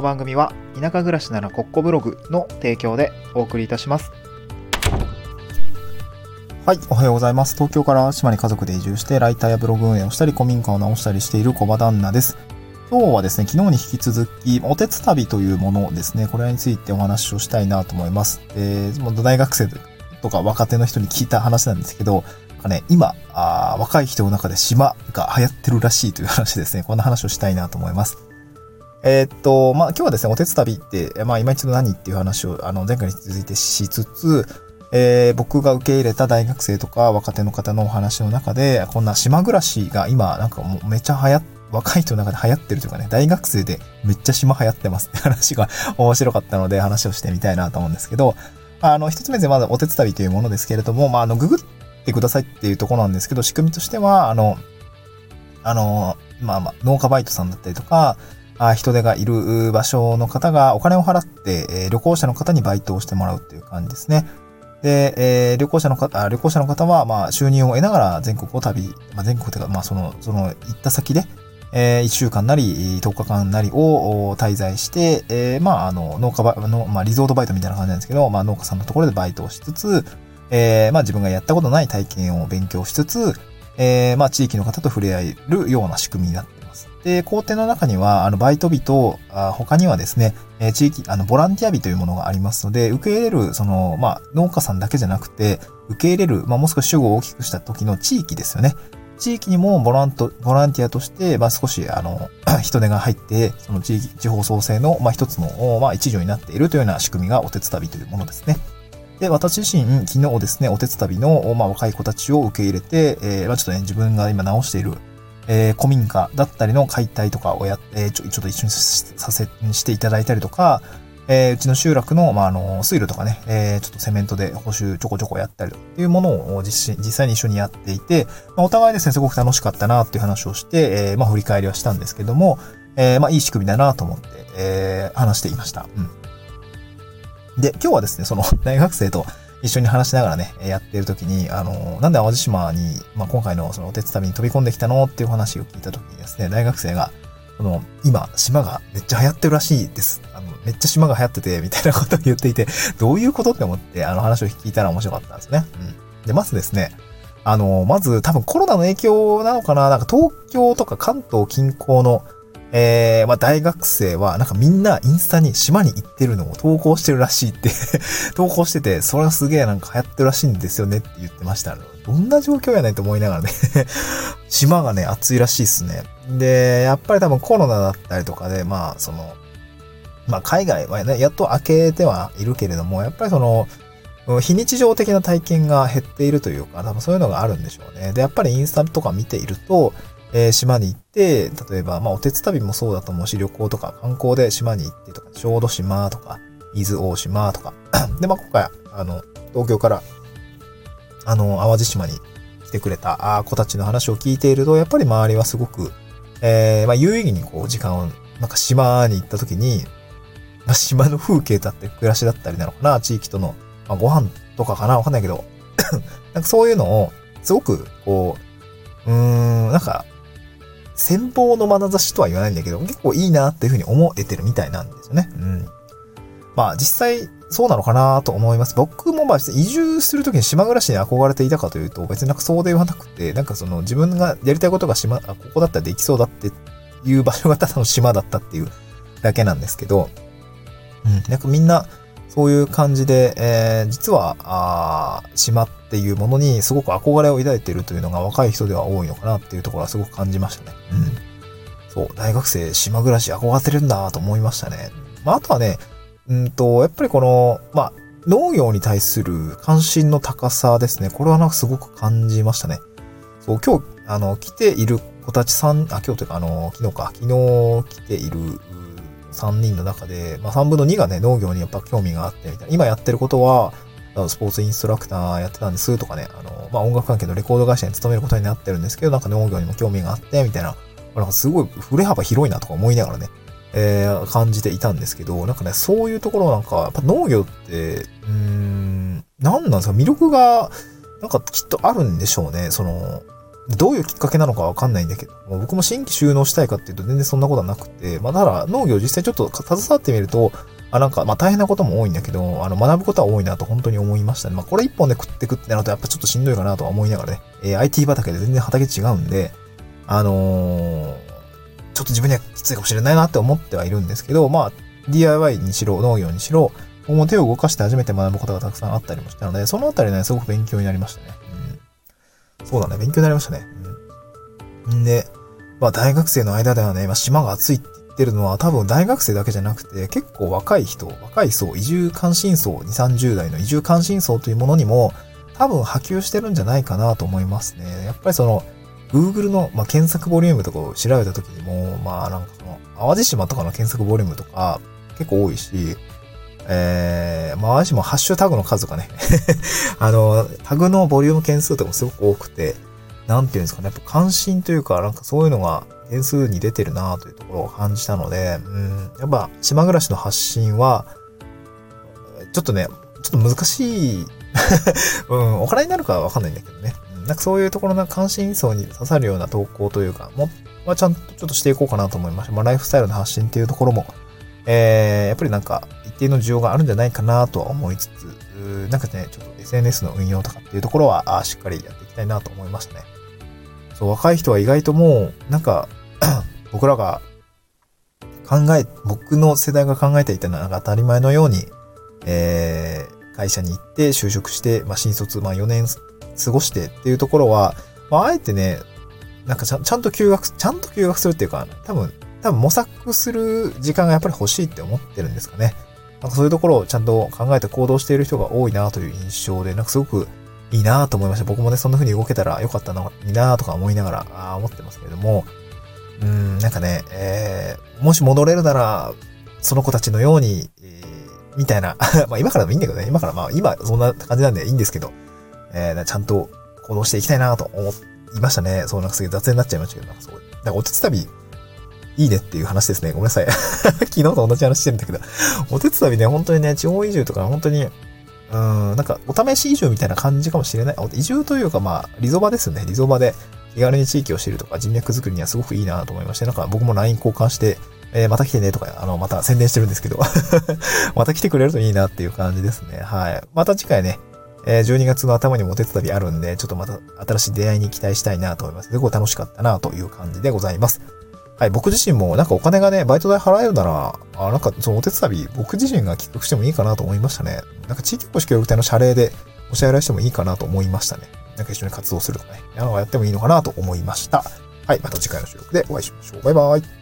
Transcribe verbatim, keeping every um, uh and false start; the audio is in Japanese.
の番組は田舎暮らしならコッコブログの提供でお送りいたします。はい、おはようございます。東京から島に家族で移住してライターやブログ運営をしたり古民家を直したりしている小場旦那です。今日はですね、昨日に引き続きおてつ旅というものですね、これについてお話をしたいなと思います。で、大学生とか若手の人に聞いた話なんですけど、なんかね、今あ若い人の中で島が流行ってるらしいという話ですね。こんな話をしたいなと思います。えー、っと、まあ、今日はですね、おてつ旅って、まあ、今一度何っていう話を、あの、前回に続いてしつつ、えー、僕が受け入れた大学生とか若手の方のお話の中で、こんな島暮らしが今、なんかもうめっちゃ流行っ、若い人の中で流行ってるというかね、大学生でめっちゃ島流行ってますって話が面白かったので話をしてみたいなと思うんですけど、あの、一つ目でまずおてつ旅というものですけれども、まあ、あの、ググってくださいっていうところなんですけど、仕組みとしては、あの、あの、まあまあ、農家バイトさんだったりとか、あ人手がいる場所の方がお金を払って、えー、旅行者の方にバイトをしてもらうっていう感じですね。で、えー、旅行者の方、旅行者の方は、まあ、収入を得ながら全国を旅、まあ、全国というか、まあ、その、その、行った先で、えー、いっしゅうかんなり、とおかかんなりを滞在して、えー、まあ、あの、農家バイトの、まあ、リゾートバイトみたいな感じなんですけど、まあ、農家さんのところでバイトをしつつ、えー、まあ、自分がやったことない体験を勉強しつつ、えー、まあ、地域の方と触れ合えるような仕組みになっています。で、工程の中には、あの、バイト日と、あ他にはですね、えー、地域、あの、ボランティア日というものがありますので、受け入れる、その、まあ、農家さんだけじゃなくて、受け入れる、まあ、もう少し主語を大きくした時の地域ですよね。地域にもボラント、ボランティアとして、まあ、少し、あの、人手が入って、その地域、地方創生の、まあ、一つの、まあ、一助になっているというような仕組みがおてつ旅というものですね。で、私自身、昨日ですね、おてつ旅の、まあ、若い子たちを受け入れて、えー、まあ、ちょっとね、自分が今直している、えー、古民家だったりの解体とかをやって、えー、ちょ、ちょっと一緒にさせ、していただいたりとか、えー、うちの集落の、まあ、あの、水路とかね、えー、ちょっとセメントで補修ちょこちょこやったりとかっていうものを実, 実際に一緒にやっていて、まあ、お互いですね、すごく楽しかったなっていう話をして、えー、まあ、振り返りはしたんですけども、えー、まあ、いい仕組みだなと思って、えー、話していました。うん。で、今日はですね、その大学生と一緒に話しながらね、やってる時に、あの、なんで淡路島に、まあ、今回のそのおてつ旅に飛び込んできたのっていう話を聞いた時にですね、大学生が、その、今、島がめっちゃ流行ってるらしいです。あの、めっちゃ島が流行ってて、みたいなことを言っていて、どういうことって思って、あの話を聞いたら面白かったんですね。うん。で、まずですね、あの、まず多分コロナの影響なのかな、なんか東京とか関東近郊の、えー、まあ、大学生は、なんかみんなインスタに島に行ってるのを投稿してるらしいって投稿してて、それはすげえなんか流行ってるらしいんですよねって言ってました。どんな状況やねんと思いながらね島がね、暑いらしいっすね。で、やっぱり多分コロナだったりとかで、まあ、その、まあ、海外はね、やっと開けてはいるけれども、やっぱりその、非日常的な体験が減っているというか、多分そういうのがあるんでしょうね。で、やっぱりインスタとか見ていると、えー、島に行って、例えば、まあ、おてつ旅もそうだと思うし、旅行とか観光で島に行ってとか、小豆島とか、伊豆大島とか。で、まあ、今回、あの、東京から、あの、淡路島に来てくれたあ子たちの話を聞いていると、やっぱり周りはすごく、えー、まあ、有意義にこう、時間を、なんか島に行った時に、まあ、島の風景だったり、暮らしだったりなのかな、地域との、まあ、ご飯とかかな、わかんないけど、なんかそういうのを、すごく、こう、うーん、なんか、羨望の眼差しとは言わないんだけど、結構いいなっていうふうに思えてるみたいなんですよね。うん。まあ実際そうなのかなと思います。僕もまあ移住するときに島暮らしに憧れていたかというと、別になんかそうではなくて、なんかその自分がやりたいことが島、あ、ここだったらできそうだっていう場所がただの島だったっていうだけなんですけど、うん。なんかみんなそういう感じで、えー、実は、あ島っていうものにすごく憧れを抱いているというのが若い人では多いのかなっていうところはすごく感じましたね。うん。そう、大学生島暮らし憧れてるんだと思いましたね。まあ、あとはね、うんと、やっぱりこの、まあ、農業に対する関心の高さですね。これはなんかすごく感じましたね。そう、今日、あの、来ている子たちさん、あ、今日というか、あの、昨日か、昨日来ているさんにんの中で、まあさんぶんのにがね、農業にやっぱ興味があってみたいな。今やってることは、スポーツインストラクターやってたんですとかね、あの、まあ音楽関係のレコード会社に勤めることになってるんですけど、なんか農業にも興味があって、みたいな。なんかすごい振れ幅広いなとか思いながらね、えー、感じていたんですけど、なんかね、そういうところなんか、やっぱ農業って、うーん、何なんですか、魅力が、なんかきっとあるんでしょうね。その、 どういうきっかけなのかわかんないんだけど、もう僕も新規収納したいかっていうと全然そんなことはなくて、まあ、ただ農業実際ちょっと携わってみると、あ、なんか、まあ大変なことも多いんだけど、あの、学ぶことは多いなと本当に思いましたね。まあこれ一本で食ってくってなるとやっぱちょっとしんどいかなとは思いながらね、えー、アイティー 畑で全然畑違うんで、あのー、ちょっと自分にはきついかもしれないなって思ってはいるんですけど、まあ ディーアイワイ にしろ、農業にしろ、もう手を動かして初めて学ぶことがたくさんあったりもしたので、そのあたりね、すごく勉強になりましたね。うん、そうだね、勉強になりましたね。うん、で、まあ大学生の間ではね、まあ島が暑いって言ってるのは多分大学生だけじゃなくて、結構若い人、若い層、移住関心層、に、さんじゅう代の移住関心層というものにも多分波及してるんじゃないかなと思いますね。やっぱりその、Google の、まあ、検索ボリュームとかを調べたときにも、まあなんかその、淡路島とかの検索ボリュームとか結構多いし、えー、まあ淡路島ハッシュタグの数とかね、あの、タグのボリューム件数とかもすごく多くて、なんていうんですかね、やっぱ関心というか、なんかそういうのが点数に出てるなというところを感じたので、うん、やっぱ島暮らしの発信は、ちょっとね、ちょっと難しい、うん、お金になるかはわかんないんだけどね。なんかそういうところの関心層に刺さるような投稿というか、も、まあ、ちゃんとちょっとしていこうかなと思いました。まあ、ライフスタイルの発信っていうところも、えー、やっぱりなんか一定の需要があるんじゃないかなとは思いつつ、なんかね、ちょっと エスエヌエス の運用とかっていうところは、あしっかりやっていきたいなと思いましたね。そう、若い人は意外ともう、なんか、僕らが考え、僕の世代が考えていたのは当たり前のように、えー、会社に行って就職して、まあ、新卒、まあ、よねん過ごしてっていうところは、まあ、あえてね、なんかちゃん、ちゃんと休学、ちゃんと休学するっていうか、多分、多分模索する時間がやっぱり欲しいって思ってるんですかね。なんかそういうところをちゃんと考えて行動している人が多いなという印象で、なんかすごくいいなと思いました。僕もね、そんな風に動けたらよかったのになとか思いながら、あ思ってますけれども、うーん、なんかね、えー、もし戻れるなら、その子たちのように、えー、みたいな、まあ今からでもいいんだけどね、今からまあ今そんな感じなんでいいんですけど、えー、ちゃんと行動していきたいなと思いましたね。そうなんかすげえ雑になっちゃいましたけど、なんかそう。なんかお手伝いいいねっていう話ですね。ごめんなさい。昨日と同じ話してるんだけど、お手伝いね、本当にね、地方移住とか本当に、うーん、なんかお試し移住みたいな感じかもしれない。移住というかまあ、リゾバですね。リゾバで気軽に地域を知るとか人脈作りにはすごくいいなと思いまして、なんか僕も ライン 交換して、えー、また来てねとか、あの、また宣伝してるんですけど、また来てくれるといいなっていう感じですね。はい。また次回ね、えー、じゅうにがつの頭にもお手伝いあるんで、ちょっとまた新しい出会いに期待したいなと思います。すごい楽しかったなという感じでございます。はい、僕自身もなんかお金がね、バイト代払えるなら、あ、なんかそのお手伝い、僕自身が企画してもいいかなと思いましたね。なんか地域おこし協力隊の謝礼でお支払いしてもいいかなと思いましたね。なんか一緒に活動するとかね、なんかやってもいいのかなと思いました。はい、また次回の収録でお会いしましょう。バイバイ。